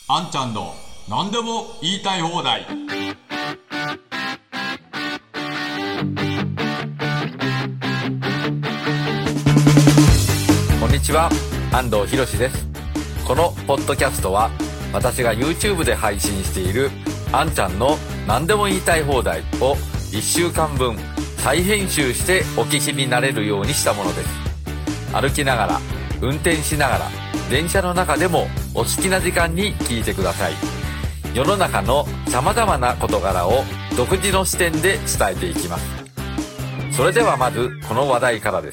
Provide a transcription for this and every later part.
あんちゃんの何でも言いたい放題。 こんにちは、安藤博です。このポッドキャストは私が YouTube で配信しているあんちゃんの何でも言いたい放題を1週間分再編集してお聞きになれるようにしたものです。歩きながら、運転しながら、電車の中でもお好きな時間に聞いてください。世の中の様々な事柄を独自の視点で伝えていきます。それではまずこの話題からです。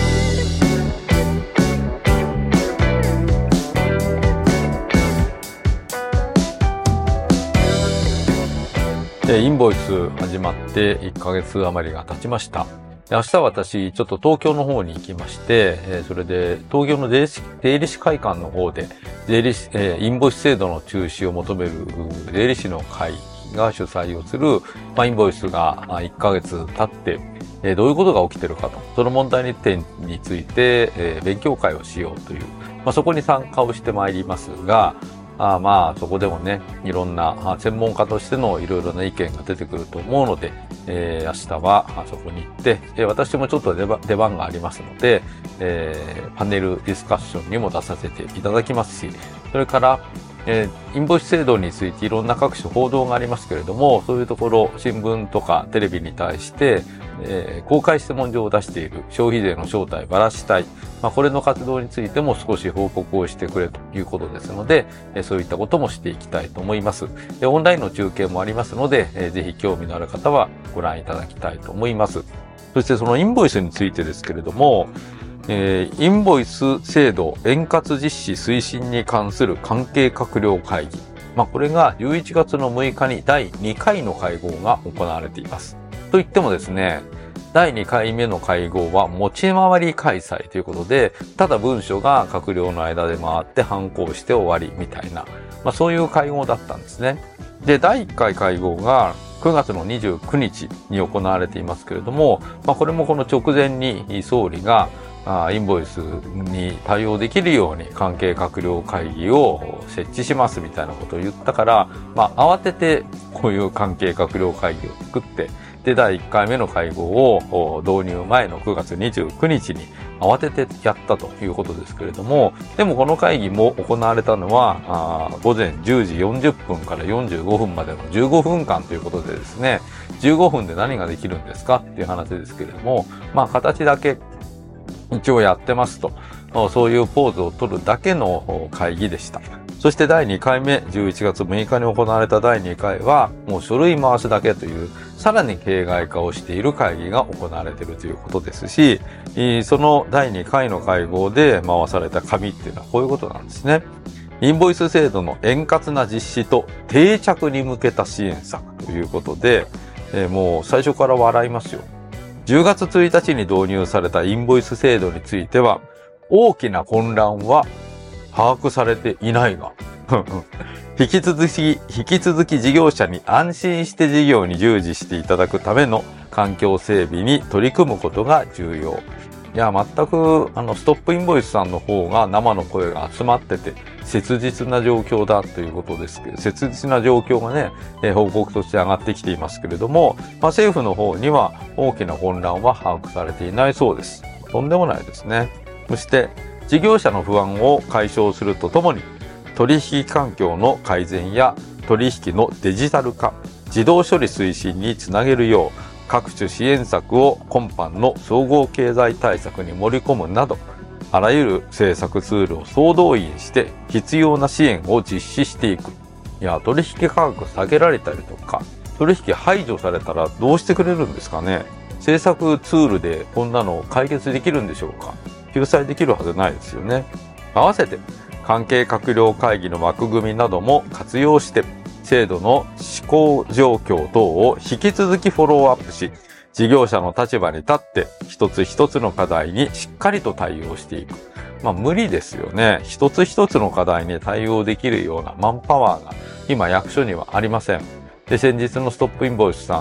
インボイス始まって1ヶ月余りが経ちました。明日私ちょっと東京の方に行きまして、それで東京の税理士会館の方でインボイス制度の中止を求める税理士の会が主催をする、インボイスが1ヶ月経ってどういうことが起きてるかと、その問題点について勉強会をしようという、そこに参加をしてまいりますが、そこでもね、いろんな専門家としてのいろいろな意見が出てくると思うので、明日はそこに行って、私もちょっと出番がありますので、パネルディスカッションにも出させていただきますし、それから、インボイス制度についていろんな各種報道がありますけれども、そういうところ、新聞とかテレビに対して、公開質問状を出している消費税の正体ばらしたい。これの活動についても少し報告をしてくれということですので、そういったこともしていきたいと思います。オンラインの中継もありますので、ぜひ興味のある方はご覧いただきたいと思います。そしてそのインボイスについてですけれども、インボイス制度円滑実施推進に関する関係閣僚会議。これが11月の6日に第2回の会合が行われています。といってもですね、第2回目の会合は持ち回り開催ということで、ただ文書が閣僚の間で回って反抗して終わりみたいな、そういう会合だったんですね。で、第1回会合が9月の29日に行われていますけれども、これもこの直前に総理がインボイスに対応できるように関係閣僚会議を設置しますみたいなことを言ったから、慌ててこういう関係閣僚会議を作って、で、第1回目の会合を導入前の9月29日に慌ててやったということですけれども、でもこの会議も行われたのは午前10時40分から45分までの15分間ということでですね、15分で何ができるんですかっていう話ですけれども、形だけ一応やってますと、そういうポーズを取るだけの会議でした。そして第2回目、11月6日に行われた第2回は、もう書類回すだけという、さらに形骸化をしている会議が行われているということですし、その第2回の会合で回された紙っていうのはこういうことなんですね。インボイス制度の円滑な実施と定着に向けた支援策ということで、もう最初から笑いますよ。10月1日に導入されたインボイス制度については、大きな混乱は把握されていないが、引き続き事業者に安心して事業に従事していただくための環境整備に取り組むことが重要。いや、全くストップインボイスさんの方が生の声が集まってて、切実な状況だということですけど、切実な状況がね、報告として上がってきていますけれども、政府の方には大きな混乱は把握されていないそうです。とんでもないですね。そして、事業者の不安を解消するとともに、取引環境の改善や取引のデジタル化、自動処理推進につなげるよう、各種支援策を今般の総合経済対策に盛り込むなど、あらゆる政策ツールを総動員して必要な支援を実施していく。いや、取引価格下げられたりとか、取引排除されたらどうしてくれるんですかね。政策ツールでこんなの解決できるんでしょうか。救済できるはずないですよね。合わせて関係閣僚会議の枠組みなども活用して制度の施行状況等を引き続きフォローアップし、事業者の立場に立って一つ一つの課題にしっかりと対応していく。無理ですよね。一つ一つの課題に対応できるようなマンパワーが今役所にはありません。で、先日のストップインボイスさん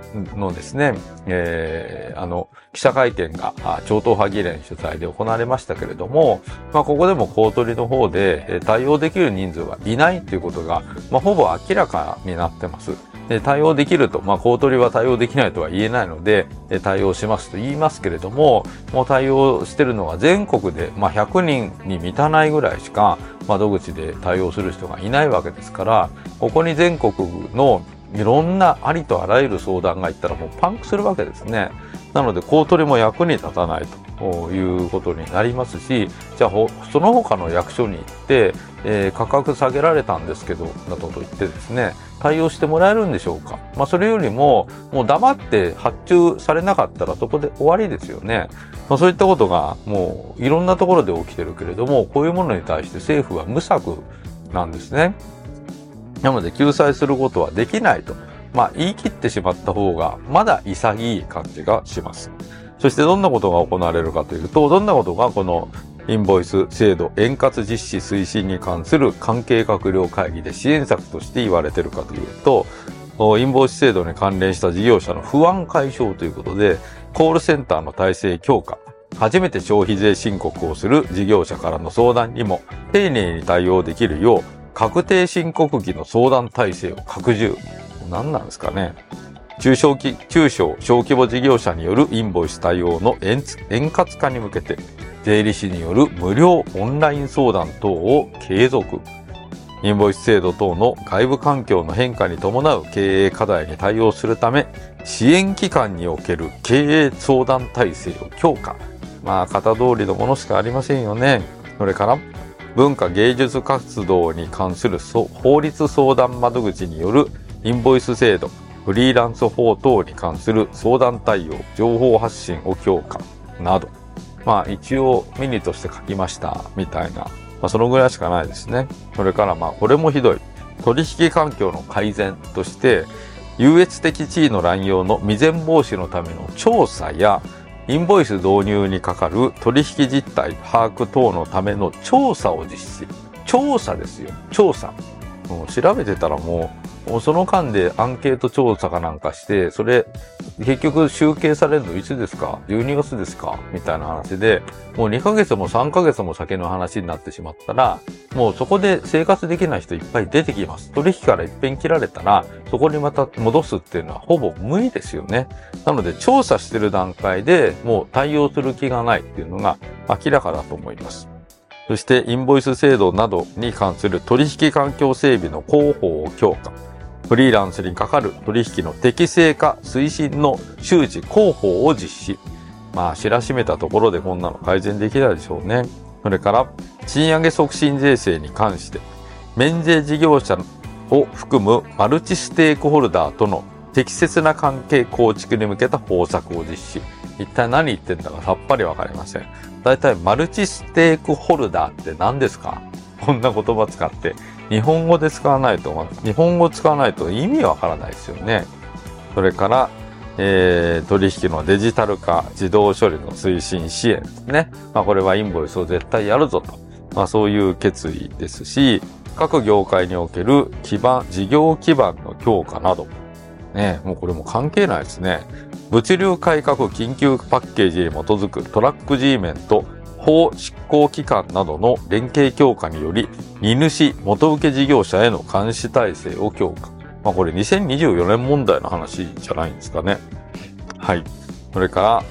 のですね、記者会見が超党派議連主催で行われましたけれども、ここでも公取の方で対応できる人数はいないということが、ほぼ明らかになってます。で、対応できると、公取は対応できないとは言えないので、対応しますと言いますけれども、もう対応してるのは全国で、100人に満たないぐらいしか窓口で対応する人がいないわけですから、ここに全国のいろんなありとあらゆる相談がいったらもうパンクするわけですね。なので、公取も役に立たないということになりますし、じゃあその他の役所に行って、価格下げられたんですけど、などと言ってですね、対応してもらえるんでしょうか。それよりも、もう黙って発注されなかったらそこで終わりですよね。そういったことがもういろんなところで起きてるけれども、こういうものに対して政府は無策なんですね。なので救済することはできないと。言い切ってしまった方がまだ潔い感じがします。そしてどんなことが行われるかというと、どんなことがこのインボイス制度円滑実施推進に関する関係閣僚会議で支援策として言われているかというと、インボイス制度に関連した事業者の不安解消ということで、コールセンターの体制強化、初めて消費税申告をする事業者からの相談にも丁寧に対応できるよう、確定申告期の相談体制を拡充。何なんですかね。中小小規模事業者によるインボイス対応の円滑化に向けて、税理士による無料オンライン相談等を継続。インボイス制度等の外部環境の変化に伴う経営課題に対応するため、支援機関における経営相談体制を強化。型通りのものしかありませんよね。それから、文化芸術活動に関する法律相談窓口によるインボイス制度、フリーランス法等に関する相談対応、情報発信を強化など、一応ミニとして書きましたみたいな、そのぐらいしかないですね。それからこれもひどい。取引環境の改善として、優越的地位の乱用の未然防止のための調査や、インボイス導入にかかる取引実態把握等のための調査を実施。調査ですよ。調査。調べてたらもうその間でアンケート調査かなんかして、それ結局集計されるのいつですか ?12 月ですかみたいな話で、もう2ヶ月も3ヶ月も先の話になってしまったら、もうそこで生活できない人いっぱい出てきます。取引から一遍切られたら、そこにまた戻すっていうのはほぼ無理ですよね。なので調査してる段階でもう対応する気がないっていうのが明らかだと思います。そしてインボイス制度などに関する取引環境整備の広報を強化。フリーランスにかかる取引の適正化推進の周知広報を実施。知らしめたところでこんなの改善できないでしょうね。それから、賃上げ促進税制に関して、免税事業者を含むマルチステークホルダーとの適切な関係構築に向けた方策を実施。一体何言ってんだかさっぱりわかりません。だいたいマルチステークホルダーって何ですか？こんな言葉使って、日本語で使わないと意味わからないですよね。それから、取引のデジタル化、自動処理の推進支援ですね。これはインボイスを絶対やるぞと。そういう決意ですし、各業界における事業基盤の強化など、もうこれも関係ないですね。物流改革緊急パッケージに基づくトラック G メンと法執行機関などの連携強化により、荷主元請け事業者への監視体制を強化。これ2024年問題の話じゃないんですかね。はい。それから、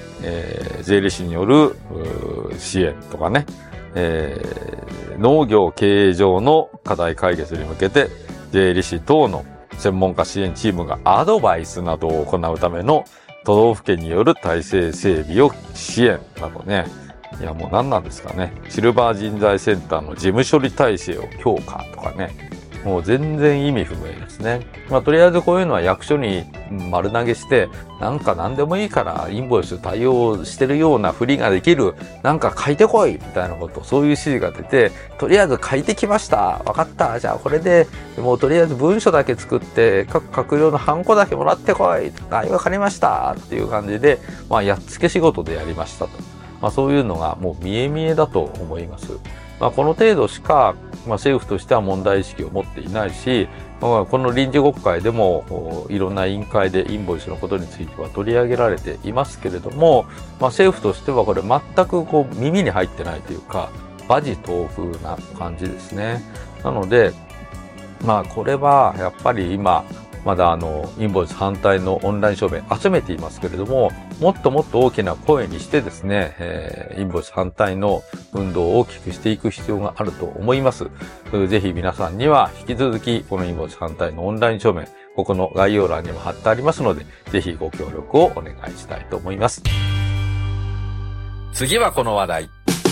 税理士による支援とかね、農業経営上の課題解決に向けて、税理士等の専門家支援チームがアドバイスなどを行うための都道府県による体制整備を支援などね。いやもう何なんですかね。シルバー人材センターの事務処理体制を強化とかね。もう全然意味不明ですね。とりあえずこういうのは役所に丸投げして、なんか何でもいいからインボイス対応してるようなふりができる、なんか書いてこいみたいなこと、そういう指示が出て、とりあえず書いてきました。わかった。じゃあこれで、もうとりあえず文書だけ作って、各閣僚のハンコだけもらってこい。はい、わかりました。っていう感じで、やっつけ仕事でやりましたと。そういうのがもう見え見えだと思います。 この程度しか、政府としては問題意識を持っていないし、この臨時国会でもいろんな委員会でインボイスのことについては取り上げられていますけれども、政府としてはこれ全く耳に入ってないというか、馬耳東風な感じですね。なので、これはやっぱり今、まだインボイス反対のオンライン署名集めていますけれども、もっともっと大きな声にしてですね、インボイス反対の運動を大きくしていく必要があると思います。ぜひ皆さんには引き続きこのインボイス反対のオンライン署名、ここの概要欄にも貼ってありますので、ぜひご協力をお願いしたいと思います。次はこの話題。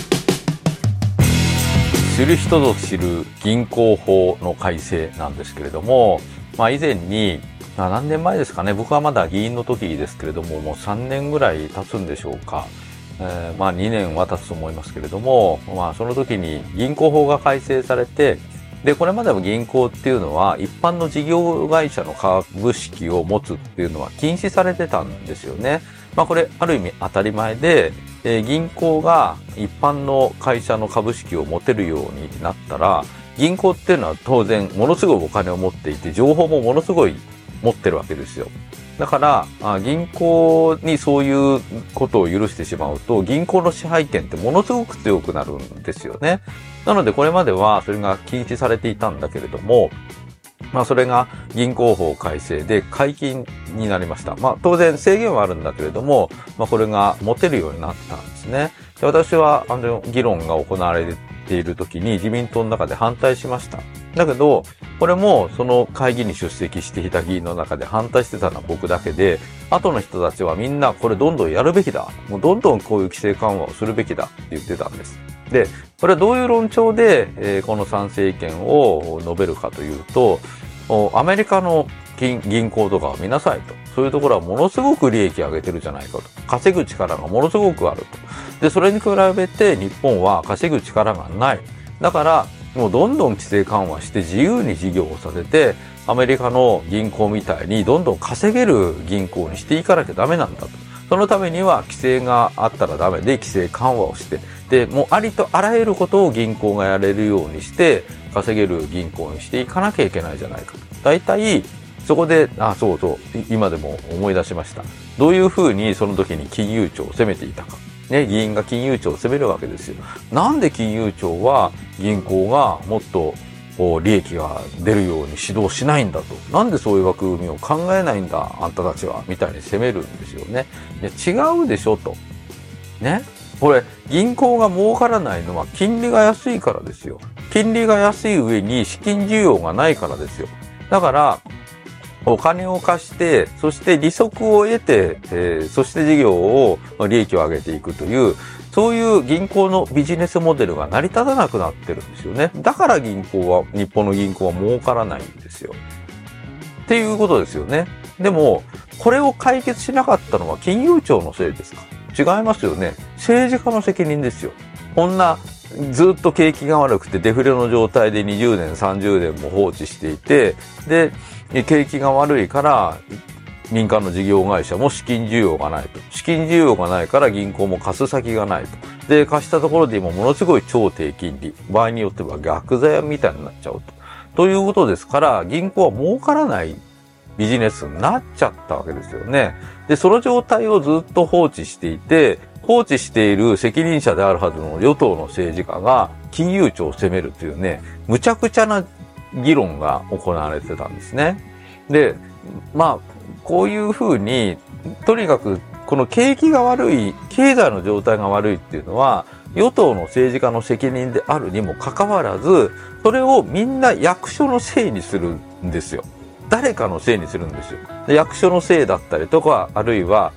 知る人ぞ知る銀行法の改正なんですけれども、以前に、何年前ですかね、僕はまだ議員の時ですけれども、もう3年ぐらい経つんでしょうか。2年は経つと思いますけれども、その時に銀行法が改正されて、で、これまでも銀行っていうのは一般の事業会社の株式を持つっていうのは禁止されてたんですよね。これある意味当たり前で、銀行が一般の会社の株式を持てるようになったら、銀行っていうのは当然ものすごいお金を持っていて、情報もものすごい持ってるわけですよ。だから銀行にそういうことを許してしまうと、銀行の支配権ってものすごく強くなるんですよね。なのでこれまではそれが禁止されていたんだけれども、それが銀行法改正で解禁になりました。当然制限はあるんだけれども、これが持てるようになったんですね。で、私は議論が行われている時に自民党の中で反対しました。だけど、これもその会議に出席していた議員の中で反対してたのは僕だけで、後の人たちはみんなこれどんどんやるべきだ。もうどんどんこういう規制緩和をするべきだって言ってたんです。で、これはどういう論調で、この賛成意見を述べるかというと、アメリカの銀行とかを見なさいと。そういうところはものすごく利益を上げてるじゃないかと。稼ぐ力がものすごくあると。で、それに比べて日本は稼ぐ力がない。だから、もうどんどん規制緩和して自由に事業をさせて、アメリカの銀行みたいにどんどん稼げる銀行にしていかなきゃダメなんだと。そのためには規制があったらダメで規制緩和をして、で、もうありとあらゆることを銀行がやれるようにして、稼げる銀行にしていかなきゃいけないじゃないかと。大体、そこで、今でも思い出しました。どういうふうにその時に金融庁を責めていたか。ね、議員が金融庁を責めるわけですよ。なんで金融庁は銀行がもっと利益が出るように指導しないんだと。なんでそういう枠組みを考えないんだ、あんたたちは。みたいに責めるんですよね。違うでしょと。ね。これ、銀行が儲からないのは金利が安いからですよ。金利が安い上に資金需要がないからですよ。だから、お金を貸して、そして利息を得て、そして事業を利益を上げていくという、そういう銀行のビジネスモデルが成り立たなくなってるんですよね。だから日本の銀行は儲からないんですよ。っていうことですよね。でも、これを解決しなかったのは金融庁のせいですか？違いますよね。政治家の責任ですよ。こんなずっと景気が悪くてデフレの状態で20年、30年も放置していて、で、景気が悪いから民間の事業会社も資金需要がないと。資金需要がないから銀行も貸す先がないと。で、貸したところで今ものすごい超低金利。場合によっては逆ザヤみたいになっちゃうと。ということですから、銀行は儲からないビジネスになっちゃったわけですよね。で、その状態をずっと放置していて、放置している責任者であるはずの与党の政治家が金融庁を責めるというね、むちゃくちゃな議論が行われてたんですね。で、こういうふうに、とにかくこの景気が悪い、経済の状態が悪いっていうのは、与党の政治家の責任であるにもかかわらず、それをみんな役所のせいにするんですよ。誰かのせいにするんですよ。で、役所のせいだったりとか、あるいは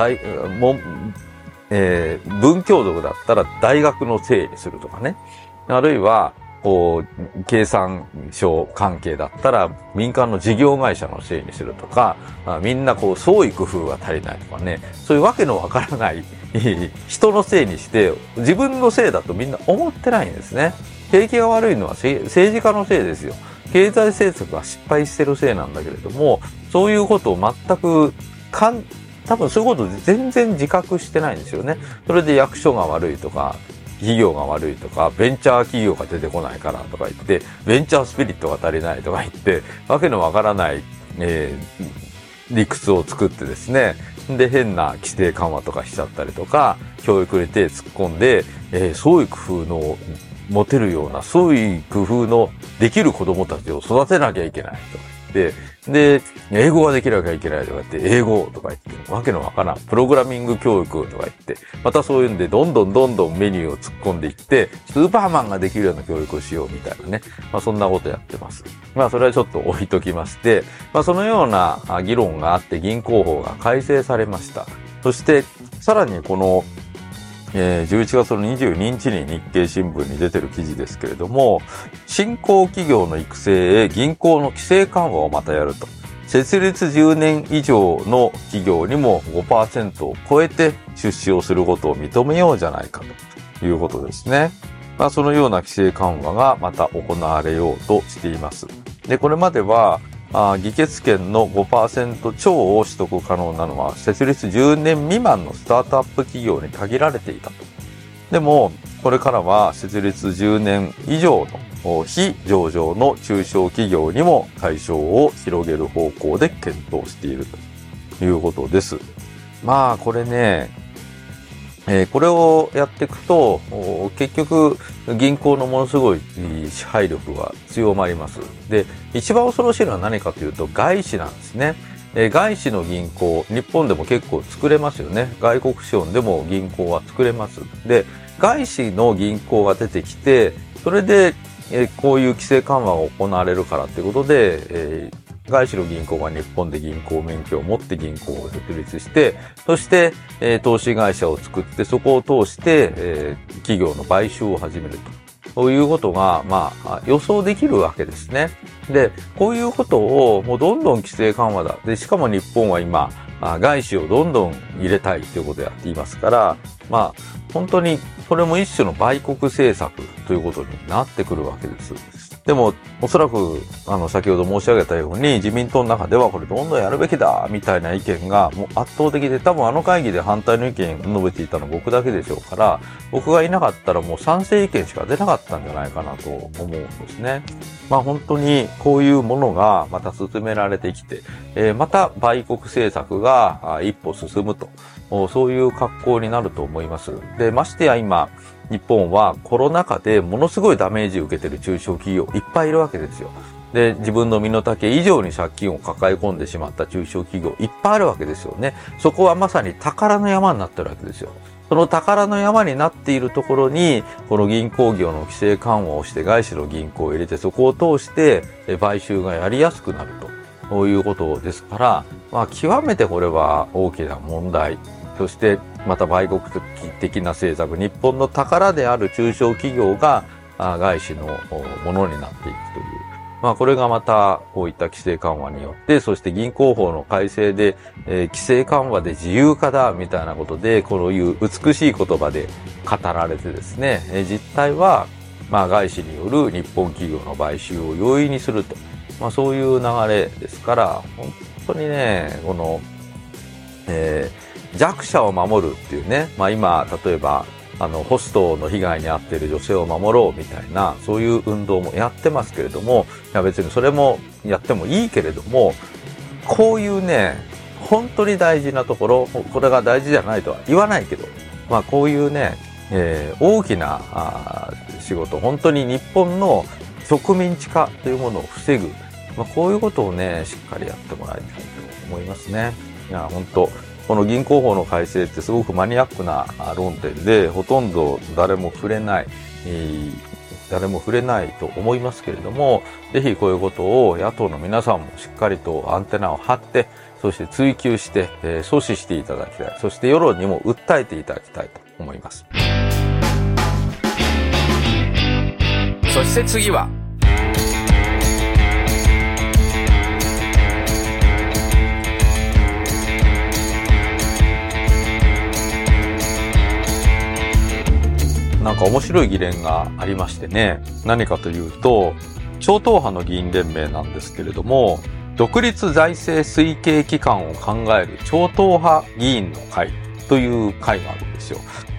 文教族だったら大学のせいにするとかね。あるいは、経産省関係だったら民間の事業会社のせいにするとか、みんな創意工夫が足りないとかね、そういうわけのわからない人のせいにして、自分のせいだとみんな思ってないんですね。景気が悪いのは政治家のせいですよ。経済政策が失敗してるせいなんだけれども、そういうことを全く多分そういうこと全然自覚してないんですよね。それで役所が悪いとか、 企業が悪いとか、ベンチャー企業が出てこないからとか言って、ベンチャースピリットが足りないとか言って、わけのわからない、理屈を作ってですね、で、変な規制緩和とかしちゃったりとか、教育に手突っ込んで、創意工夫の持てるような、創意工夫のできる子供たちを育てなきゃいけないとか言って、で、英語ができなきゃいけないとか言って、英語とか言って、わけのわからん、プログラミング教育とか言って、またそういうんで、どんどんメニューを突っ込んでいって、スーパーマンができるような教育をしようみたいなね。そんなことやってます。それはちょっと置いときまして、そのような議論があって銀行法が改正されました。そして、さらにこの、11月の22日に日経新聞に出てる記事ですけれども、新興企業の育成へ銀行の規制緩和をまたやると。設立10年以上の企業にも 5% を超えて出資をすることを認めようじゃないかということですね。そのような規制緩和がまた行われようとしています。で、これまでは、議決権の 5% 超を取得可能なのは設立10年未満のスタートアップ企業に限られていたと。でも、これからは設立10年以上の非上場の中小企業にも対象を広げる方向で検討しているということです。これね、これをやっていくと、結局、銀行のものすごい支配力が強まります。で、一番恐ろしいのは何かというと、外資なんですね。外資の銀行、日本でも結構作れますよね。外国資本でも銀行は作れます。で、外資の銀行が出てきて、それで、こういう規制緩和が行われるからということで、外資の銀行が日本で銀行免許を持って銀行を設立して、そして、投資会社を作って、そこを通して、企業の買収を始めると。そういうことが、予想できるわけですね。で、こういうことをもうどんどん規制緩和だ。で、しかも日本は今、外資をどんどん入れたいということをやっていますから、本当にそれも一種の売国政策ということになってくるわけです。でも、おそらく、先ほど申し上げたように、自民党の中ではこれどんどんやるべきだ、みたいな意見がもう圧倒的で、多分会議で反対の意見述べていたの僕だけでしょうから、僕がいなかったらもう賛成意見しか出なかったんじゃないかなと思うんですね。本当にこういうものがまた進められてきて、また売国政策が一歩進むと、そういう格好になると思います。で、ましてや今、日本はコロナ禍でものすごいダメージを受けている中小企業いっぱいいるわけですよ。で、自分の身の丈以上に借金を抱え込んでしまった中小企業いっぱいあるわけですよね。そこはまさに宝の山になってるわけですよ。その宝の山になっているところに、この銀行業の規制緩和をして外資の銀行を入れてそこを通して買収がやりやすくなるということですから、極めてこれは大きな問題。そしてまた売国的な政策、日本の宝である中小企業が外資のものになっていくという。これがまたこういった規制緩和によって、そして銀行法の改正で、規制緩和で自由化だみたいなことで、こういう美しい言葉で語られてですね、実態は外資による日本企業の買収を容易にすると。そういう流れですから、本当にね、この、弱者を守るっていうね、今、例えば、ホストの被害に遭っている女性を守ろうみたいな、そういう運動もやってますけれども、いや別にそれもやってもいいけれども、こういうね、本当に大事なところ、これが大事じゃないとは言わないけど、こういうね、大きな仕事、本当に日本の植民地化というものを防ぐ、こういうことをね、しっかりやってもらいたいと思いますね。いや、本当この銀行法の改正ってすごくマニアックな論点で、ほとんど誰も触れないと思いますけれども、ぜひこういうことを野党の皆さんもしっかりとアンテナを張って、そして追求して、阻止していただきたい。そして世論にも訴えていただきたいと思います。 そして次は、 なんか面白い議連がありましてね、何かというと、超党派の議員連盟なんですけれども、独立財政推計機関を考える超党派議員の会という会があるんですよ。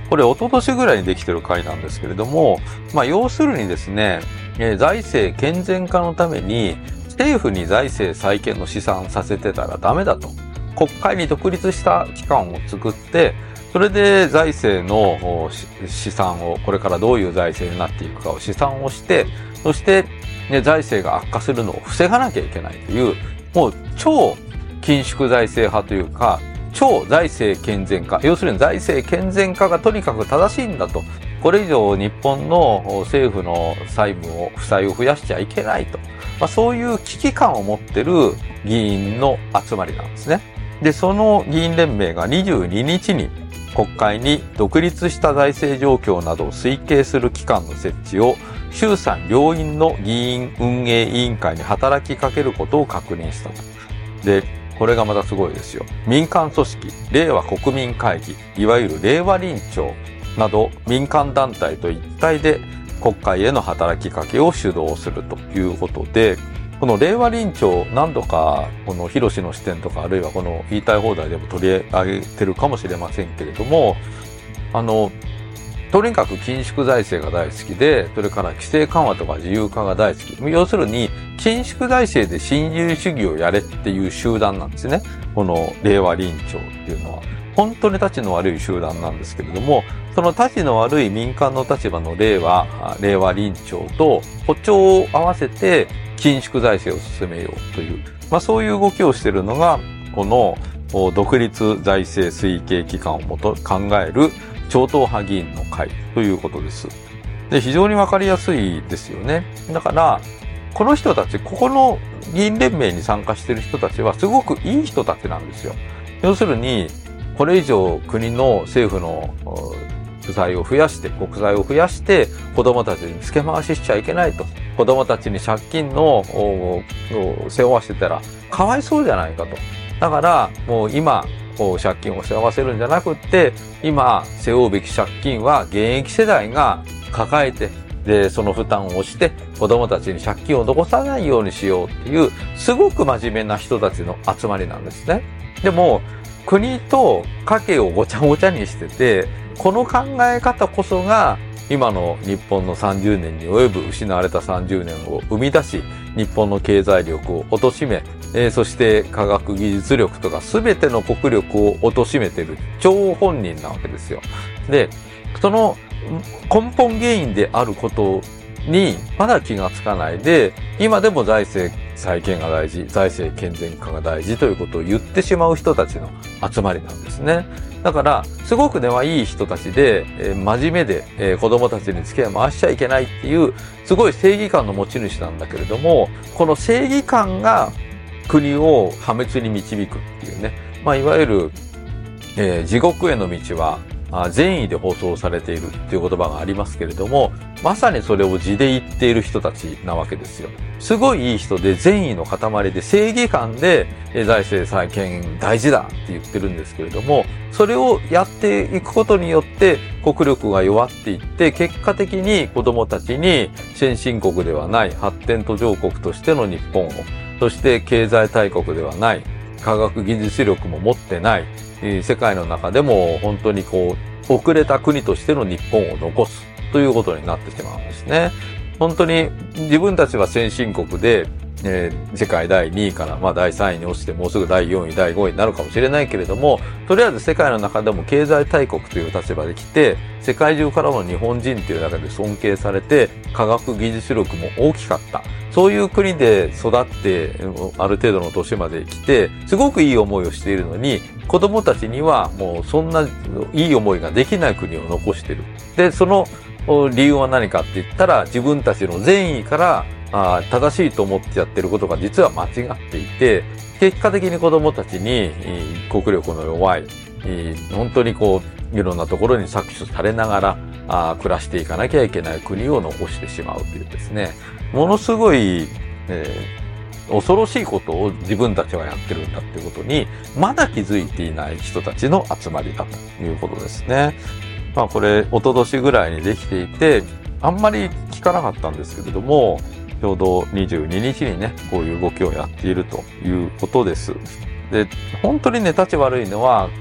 これ一昨年ぐらいにできてる会なんですけれども、要するにですね、財政健全化のために政府に財政再建の試算させてたらダメだと。国会に独立した機関を作って、それで財政の試算を、これからどういう財政になっていくかを試算をして、そして、財政が悪化するのを防がなきゃいけないという、もう超緊縮財政派というか、超財政健全化。要するに財政健全化がとにかく正しいんだと。これ以上日本の政府の債務を、負債を増やしちゃいけないと。そういう危機感を持ってる議員の集まりなんですね。で、その議員連盟が22日に国会に独立した財政状況などを推計する機関の設置を衆参両院の議員運営委員会に働きかけることを確認したと。で、これがまたすごいですよ。民間組織、令和国民会議、いわゆる令和臨調など民間団体と一体で国会への働きかけを主導するということで、この令和臨調何度かこの広志の視点とかあるいはこの言いたい放題でも取り上げてるかもしれませんけれども、とにかく緊縮財政が大好きで、それから規制緩和とか自由化が大好き。要するに緊縮財政で新自由主義をやれっていう集団なんですね。この令和臨調っていうのは。本当に立ちの悪い集団なんですけれども、その立ちの悪い民間の立場の令和臨調と歩調を合わせて緊縮財政を進めようという、そういう動きをしているのが、この独立財政推計機関を考える超党派議員の会ということです。で、非常にわかりやすいですよね。だから、この人たち、ここの議員連盟に参加している人たちはすごくいい人たちなんですよ。要するに、これ以上国の政府の負債を増やして、国債を増やして、子供たちに付け回ししちゃいけないと。子供たちに借金の背負わせてたらかわいそうじゃないかと。だから、もう今、借金を背負わせるんじゃなくって、今、背負うべき借金は現役世代が抱えて、で、その負担をして、子供たちに借金を残さないようにしようっていう、すごく真面目な人たちの集まりなんですね。でも、国と家計をごちゃごちゃにしてて、この考え方こそが、今の日本の30年に及ぶ失われた30年を生み出し、日本の経済力を貶め、そして科学技術力とか全ての国力を貶めている張本人なわけですよ。で、その根本原因であることにまだ気がつかないで、今でも財政再建が大事、財政健全化が大事ということを言ってしまう人たちの集まりなんですね。だから、すごく根はいい人たちで、真面目で、子供たちに付き合い回しちゃいけないっていう、すごい正義感の持ち主なんだけれども、この正義感が国を破滅に導くっていうね。いわゆる、地獄への道は善意で放送されているっていう言葉がありますけれども、まさにそれを字で言っている人たちなわけですよ。すごいいい人で善意の塊で正義感で財政再建大事だって言ってるんですけれども、それをやっていくことによって国力が弱っていって、結果的に子供たちに先進国ではない発展途上国としての日本を、そして経済大国ではない、科学技術力も持ってない、世界の中でも本当に遅れた国としての日本を残すということになってしまうんですね。本当に自分たちは先進国で、世界第2位から第3位に落ちて、もうすぐ第4位、第5位になるかもしれないけれども、とりあえず世界の中でも経済大国という立場で来て、世界中からの日本人という中で尊敬されて、科学技術力も大きかった。そういう国で育って、ある程度の年まで来て、すごくいい思いをしているのに、子供たちにはもうそんないい思いができない国を残している。で、その理由は何かって言ったら、自分たちの善意から正しいと思ってやってることが実は間違っていて、結果的に子供たちに国力の弱い、本当にいろんなところに搾取されながら暮らしていかなきゃいけない国を残してしまうというですね、ものすごい、恐ろしいことを自分たちはやってるんだっていうことにまだ気づいていない人たちの集まりだということですね。これ一昨年ぐらいにできていて、あんまり聞かなかったんですけれども、ちょうど22日にね、こういう動きをやっているということです。で、本当にね、立ち悪いのは、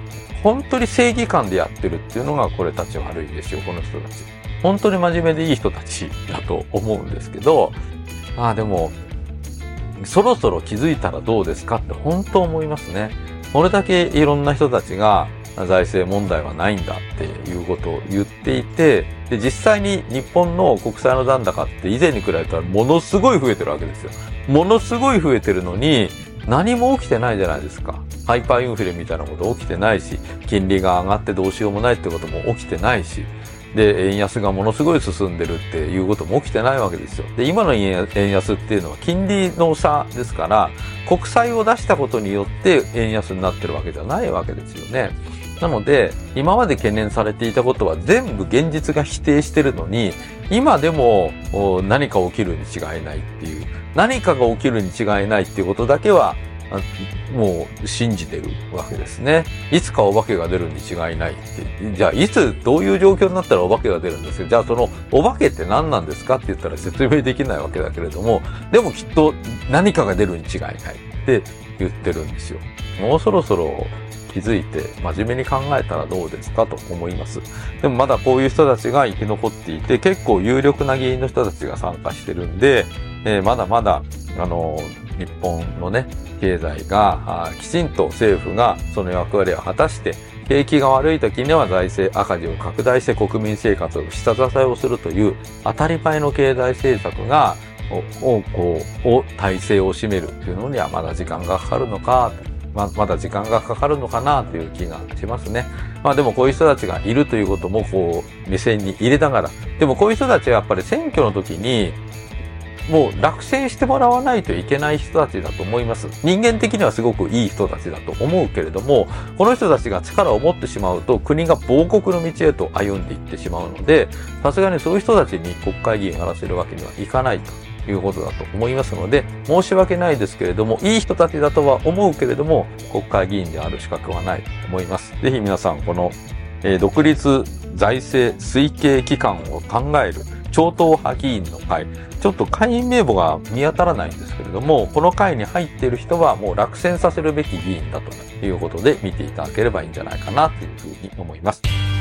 本当に正義感でやってるっていうのがこれたち悪いですよ、この人たち。本当に真面目でいい人たちだと思うんですけど、でも、そろそろ気づいたらどうですかって本当思いますね。これだけいろんな人たちが財政問題はないんだっていうことを言っていて、で、実際に日本の国債の残高って以前に比べたらものすごい増えてるわけですよ。ものすごい増えてるのに何も起きてないじゃないですか。ハイパーインフレみたいなこと起きてないし、金利が上がってどうしようもないってことも起きてないし、で、円安がものすごい進んでるっていうことも起きてないわけですよ。で、今の円安っていうのは金利の差ですから、国債を出したことによって円安になってるわけじゃないわけですよね。なので、今まで懸念されていたことは全部現実が否定してるのに、今でも何か起きるに違いないっていう、何かが起きるに違いないっていうことだけは、もう信じてるわけですね。いつかお化けが出るに違いないって。じゃあいつどういう状況になったらお化けが出るんですか？じゃあそのお化けって何なんですかって言ったら説明できないわけだけれども、でもきっと何かが出るに違いないって言ってるんですよ。もうそろそろ気づいて真面目に考えたらどうですかと思います。でもまだこういう人たちが生き残っていて、結構有力な議員の人たちが参加してるんで、まだまだ日本のね、経済がきちんと政府がその役割を果たして、景気が悪い時には財政赤字を拡大して国民生活を下支えをするという当たり前の経済政策が体制を占めるっていうのにはまだ時間がかかるのか、まだ時間がかかるのかなという気がしますね。でもこういう人たちがいるということも目線に入れながら、でもこういう人たちはやっぱり選挙の時にもう落選してもらわないといけない人たちだと思います。人間的にはすごくいい人たちだと思うけれども、この人たちが力を持ってしまうと国が亡国の道へと歩んでいってしまうので、さすがにそういう人たちに国会議員やらせるわけにはいかないということだと思いますので、申し訳ないですけれども、いい人たちだとは思うけれども、国会議員である資格はないと思います。ぜひ皆さんこの、独立財政推計機関を考える超党派議員の会、ちょっと会員名簿が見当たらないんですけれども、この会に入っている人はもう落選させるべき議員だということで見ていただければいいんじゃないかなというふうに思います。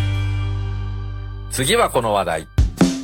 次はこの話題。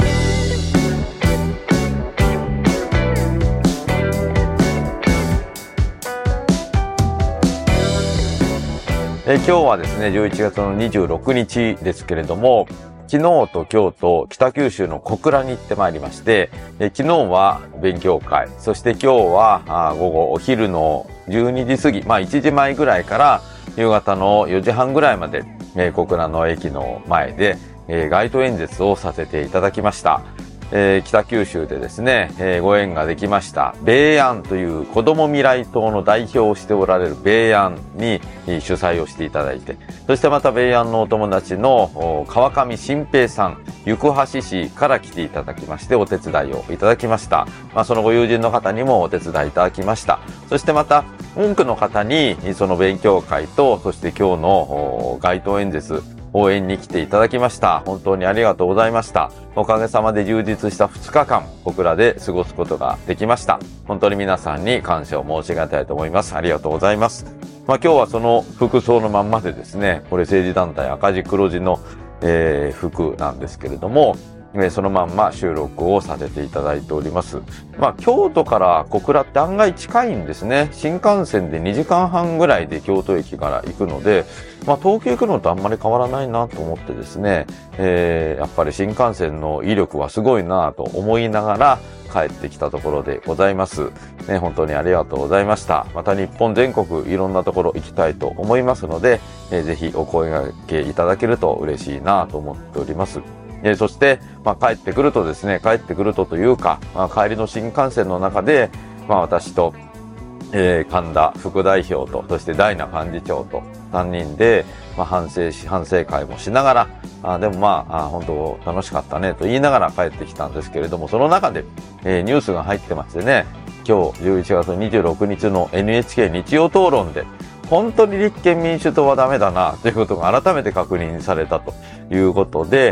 今日はですね、11月の26日ですけれども、昨日と今日と北九州の小倉に行ってまいりまして、昨日は勉強会、そして今日は午後お昼の12時過ぎ、1時前ぐらいから夕方の4時半ぐらいまで、小倉の駅の前で、街頭演説をさせていただきました。北九州でですね、ご縁ができました、米安という子ども未来党の代表をしておられる米安に主催をしていただいて、そしてまた米安のお友達の川上新平さん、行橋市から来ていただきましてお手伝いをいただきました。そのご友人の方にもお手伝いいただきました。そしてまた多くの方にその勉強会と、そして今日の街頭演説、応援に来ていただきました。本当にありがとうございました。おかげさまで充実した2日間、小倉で過ごすことができました。本当に皆さんに感謝を申し上げたいと思います。ありがとうございます。今日はその服装のまんまでですね、これ政治団体赤字黒字の、服なんですけれども、そのまんま収録をさせていただいております。京都から小倉って案外近いんですね。新幹線で2時間半ぐらいで京都駅から行くので、東京行くのとあんまり変わらないなと思ってですね、やっぱり新幹線の威力はすごいなと思いながら帰ってきたところでございます。本当にありがとうございました。また日本全国いろんなところ行きたいと思いますので、ぜひお声掛けいただけると嬉しいなと思っております。そして、帰ってくるとですね、帰ってくるというか、帰りの新幹線の中で、私と、神田副代表と、そして大名幹事長と3人で、反省会もしながら、でも本当楽しかったねと言いながら帰ってきたんですけれども、その中で、ニュースが入ってましてね、今日11月26日の NHK 日曜討論で、本当に立憲民主党はダメだなということが改めて確認されたということで、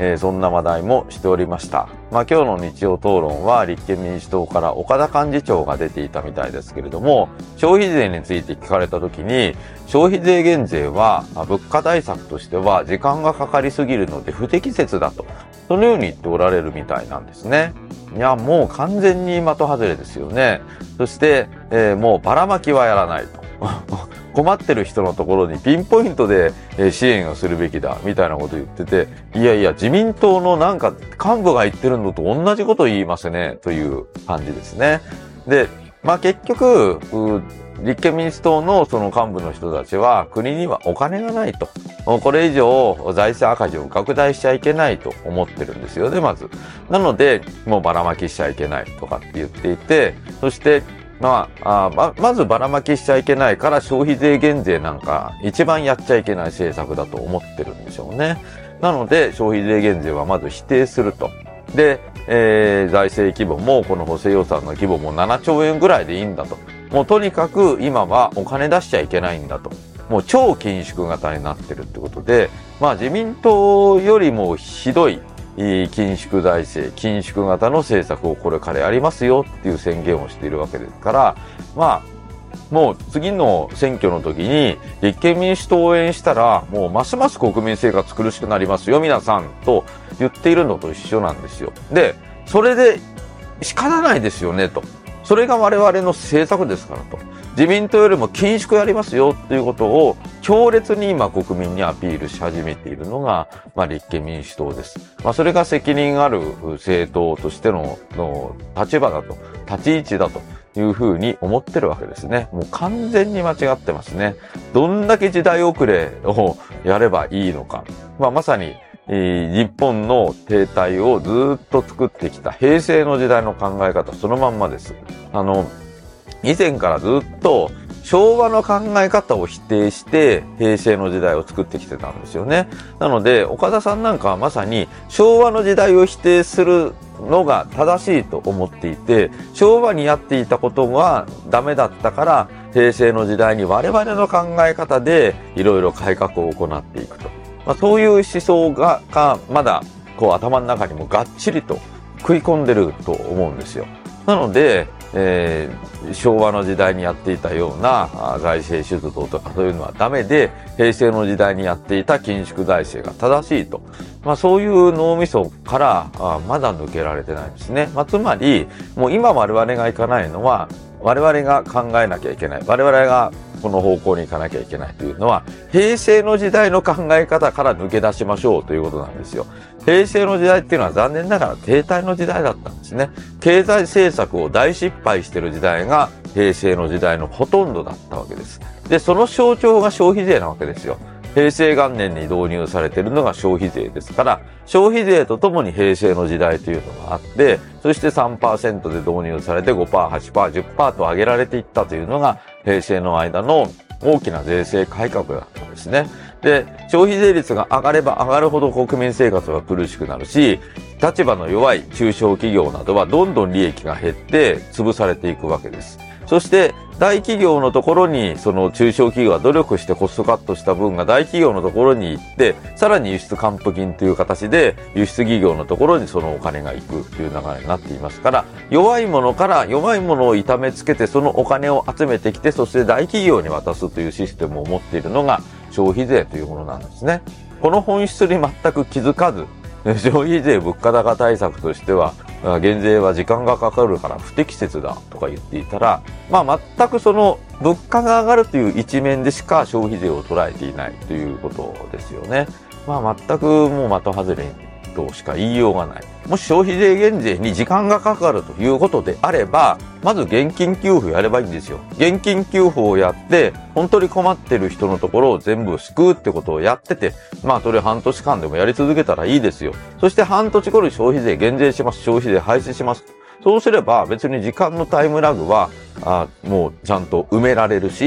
そんな話題もしておりました。今日の日曜討論は立憲民主党から岡田幹事長が出ていたみたいですけれども、消費税について聞かれた時に、消費税減税は物価対策としては時間がかかりすぎるので不適切だと、そのように言っておられるみたいなんですね。いや、もう完全に的外れですよね。そして、もうばらまきはやらないと。困ってる人のところにピンポイントで支援をするべきだみたいなこと言ってて、いやいや自民党のなんか幹部が言ってるのと同じこと言いますねという感じですね。で、結局立憲民主党のその幹部の人たちは国にはお金がないと、これ以上財政赤字を拡大しちゃいけないと思ってるんですよね、まず。なのでもうばらまきしちゃいけないとかって言っていて、そしてまずばらまきしちゃいけないから消費税減税なんか一番やっちゃいけない政策だと思ってるんでしょうね。なので消費税減税はまず否定すると。で、財政規模もこの補正予算の規模も7兆円ぐらいでいいんだと。もうとにかく今はお金出しちゃいけないんだと。もう超緊縮型になってるってことで、自民党よりもひどい緊縮財政、緊縮型の政策をこれからやりますよっていう宣言をしているわけですから、もう次の選挙の時に立憲民主党を応援したらもうますます国民生活苦しくなりますよ皆さんと言っているのと一緒なんですよ。で、それで仕方ないですよねと。それが我々の政策ですからと。自民党よりも緊縮やりますよっていうことを強烈に今国民にアピールし始めているのが、立憲民主党です。それが責任ある政党としての立場だと、立ち位置だというふうに思ってるわけですね。もう完全に間違ってますね。どんだけ時代遅れをやればいいのか。まさに日本の停滞をずっと作ってきた平成の時代の考え方そのまんまです。以前からずっと昭和の考え方を否定して平成の時代を作ってきてたんですよね。なので岡田さんなんかはまさに昭和の時代を否定するのが正しいと思っていて、昭和にやっていたことがダメだったから平成の時代に我々の考え方でいろいろ改革を行っていくと。そういう思想がまだ頭の中にもがっちりと食い込んでると思うんですよ。なので、昭和の時代にやっていたような財政出動とかそういうのはダメで、平成の時代にやっていた緊縮財政が正しいと。そういう脳みそからまだ抜けられてないんですね。つまり、もう今我々がいかないのは、我々が考えなきゃいけない。我々がこの方向に行かなきゃいけないというのは、平成の時代の考え方から抜け出しましょうということなんですよ。平成の時代っていうのは残念ながら停滞の時代だったんですね。経済政策を大失敗している時代が平成の時代のほとんどだったわけです。で、その象徴が消費税なわけですよ。平成元年に導入されているのが消費税ですから、消費税とともに平成の時代というのがあって、そして 3% で導入されて 5%、8%、10% と上げられていったというのが平成の間の大きな税制改革だったんですね。で、消費税率が上がれば上がるほど国民生活は苦しくなるし、立場の弱い中小企業などはどんどん利益が減って潰されていくわけです。そして大企業のところにその中小企業が努力してコストカットした分が大企業のところに行って、さらに輸出還付金という形で輸出企業のところにそのお金が行くという流れになっていますから、弱いものから弱いものを痛めつけてそのお金を集めてきて、そして大企業に渡すというシステムを持っているのが消費税というものなんですね。この本質に全く気づかず、消費税物価高対策としては減税は時間がかかるから不適切だとか言っていたら、全くその物価が上がるという一面でしか消費税を捉えていないということですよね。全くもう的外れとしか言いようがない。もし消費税減税に時間がかかるということであれば、まず現金給付やればいいんですよ。現金給付をやって、本当に困ってる人のところを全部救うってことをやってて、それ半年間でもやり続けたらいいですよ。そして半年後に消費税減税します。消費税廃止します。そうすれば別に時間のタイムラグはもうちゃんと埋められるし、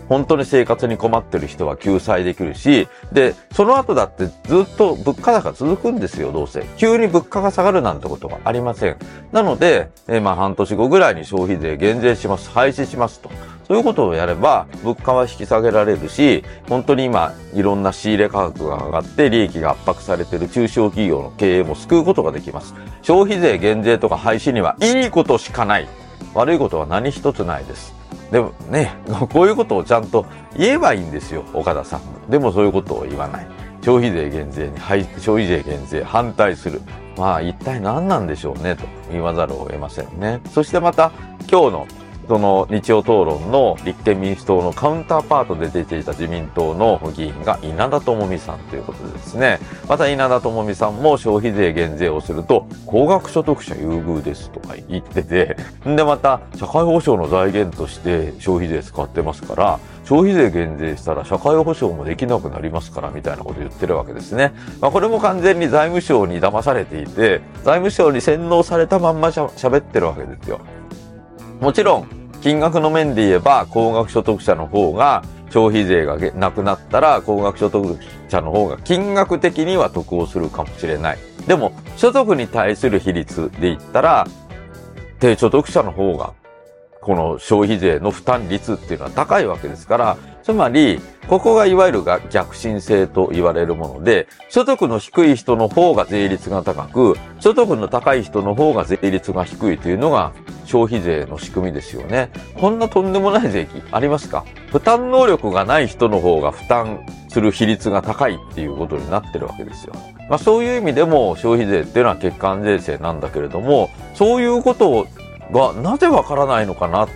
本当に生活に困ってる人は救済できるし、で、その後だってずっと物価高続くんですよ、どうせ。急に物価が下がるなんてことがありません。なので、半年後ぐらいに消費税減税します、廃止しますと。そういうことをやれば、物価は引き下げられるし、本当に今、いろんな仕入れ価格が上がって利益が圧迫されている中小企業の経営も救うことができます。消費税減税とか廃止にはいいことしかない。悪いことは何一つないです。でもね、こういうことをちゃんと言えばいいんですよ、岡田さんも。でもそういうことを言わない。消費税減税に、消費税減税反対する。まあ一体何なんでしょうね、と言わざるを得ませんね。そしてまた、今日のその日曜討論の立憲民主党のカウンターパートで出ていた自民党の議員が稲田朋美さんということでですね。また稲田朋美さんも消費税減税をすると高額所得者優遇ですとか言ってて、でまた社会保障の財源として消費税使ってますから、消費税減税したら社会保障もできなくなりますからみたいなこと言ってるわけですね。これも完全に財務省に騙されていて、財務省に洗脳されたまんま喋ってるわけですよ。もちろん、金額の面で言えば、高額所得者の方が、消費税がなくなったら、高額所得者の方が金額的には得をするかもしれない。でも、所得に対する比率で言ったら、低所得者の方が、この消費税の負担率っていうのは高いわけですから、つまり、ここがいわゆる逆進性と言われるもので、所得の低い人の方が税率が高く、所得の高い人の方が税率が低いというのが消費税の仕組みですよね。こんなとんでもない税金ありますか？負担能力がない人の方が負担する比率が高いっていうことになってるわけですよ。そういう意味でも消費税っていうのは欠陥税制なんだけれども、そういうことがなぜわからないのかなって、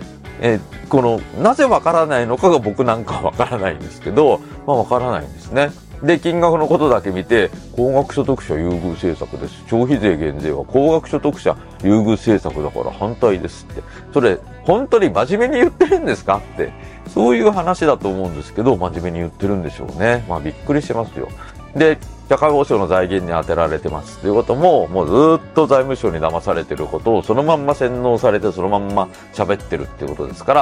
なぜわからないのかが僕なんかわからないんですけど、わからないんですね。で、金額のことだけ見て、高額所得者優遇政策です。消費税減税は高額所得者優遇政策だから反対ですって。それ、本当に真面目に言ってるんですかって。そういう話だと思うんですけど、真面目に言ってるんでしょうね。びっくりしますよ。で、社会保障の財源に充てられてますということも、もうずっと財務省に騙されてることをそのまんま洗脳されてそのまんま喋ってるっていうことですから、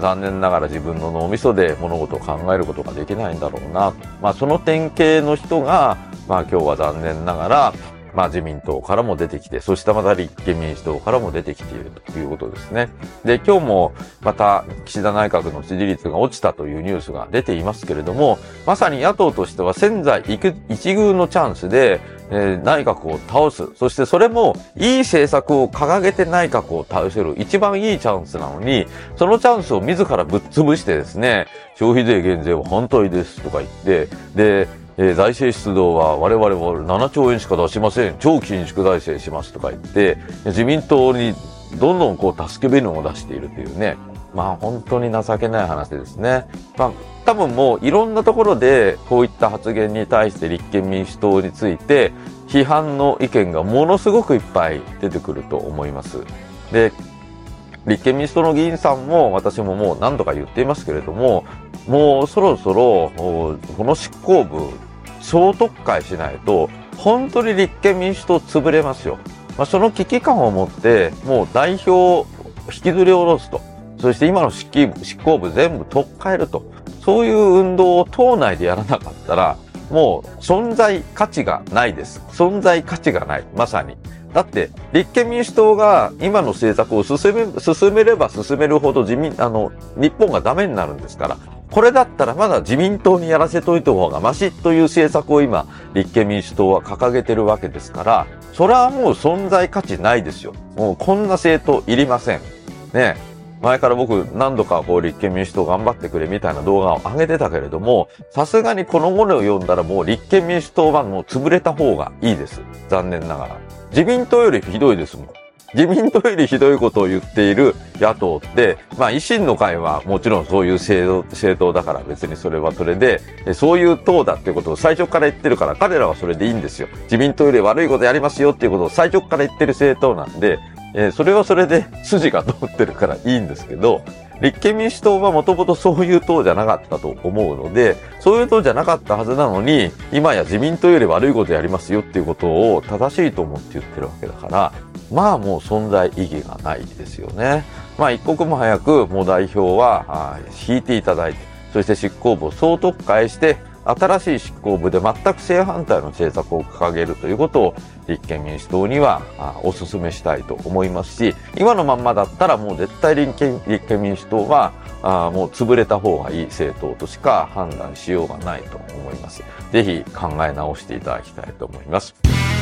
残念ながら自分の脳みそで物事を考えることができないんだろうな。その典型の人が、今日は残念ながら、自民党からも出てきて、そしてまた立憲民主党からも出てきているということですね。で、今日もまた岸田内閣の支持率が落ちたというニュースが出ていますけれども、まさに野党としては千載一遇のチャンスで、内閣を倒す。そしてそれもいい政策を掲げて内閣を倒せる一番いいチャンスなのに、そのチャンスを自らぶっ潰してですね、消費税減税は反対ですとか言って、で、財政出動は我々は7兆円しか出しません。超緊縮財政しますとか言って、自民党にどんどん助け舟を出しているというね。本当に情けない話ですね。多分もういろんなところでこういった発言に対して立憲民主党について批判の意見がものすごくいっぱい出てくると思います。で、立憲民主党の議員さんも私ももう何度か言っていますけれども、もうそろそろこの執行部総特会しないと本当に立憲民主党潰れますよ。その危機感を持ってもう代表を引きずり下ろすと、そして今の執行部全部取っ替えると、そういう運動を党内でやらなかったらもう存在価値がないです。存在価値がない。まさに。だって立憲民主党が今の政策を進めれば進めるほど日本がダメになるんですから、これだったらまだ自民党にやらせといた方がマシという政策を今立憲民主党は掲げてるわけですから、それはもう存在価値ないですよ。もうこんな政党いりませんね。前から僕何度か立憲民主党頑張ってくれみたいな動画を上げてたけれども、さすがにこのものを読んだらもう立憲民主党はもう潰れた方がいいです。残念ながら。自民党よりひどいですもん。自民党よりひどいことを言っている野党って、維新の会はもちろんそういう政党だから別にそれはそれで、そういう党だっていうことを最初から言ってるから彼らはそれでいいんですよ。自民党より悪いことやりますよっていうことを最初から言ってる政党なんで、それはそれで筋が通ってるからいいんですけど、 立憲民主党はもともとそういう党じゃなかったと思うので、そういう党じゃなかったはずなのに、今や自民党より悪いことやりますよっていうことを正しいと思って言ってるわけだから、まあもう存在意義がないですよね。まあ一刻も早くもう代表は引いていただいて、そして執行部を総特会して、新しい執行部で全く正反対の政策を掲げるということを立憲民主党にはお勧めしたいと思いますし、今のまんまだったらもう絶対立憲民主党はもう潰れた方がいい政党としか判断しようがないと思います。ぜひ考え直していただきたいと思います。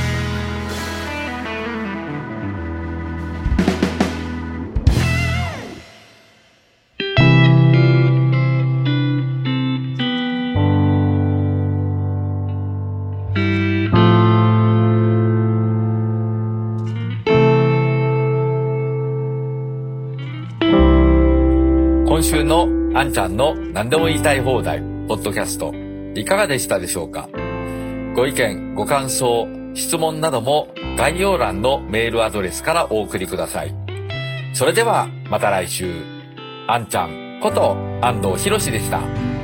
今週のあんちゃんの何でも言いたい放題ポッドキャストいかがでしたでしょうか。ご意見ご感想質問なども概要欄のメールアドレスからお送りください。それではまた来週。あんちゃんこと安藤博でした。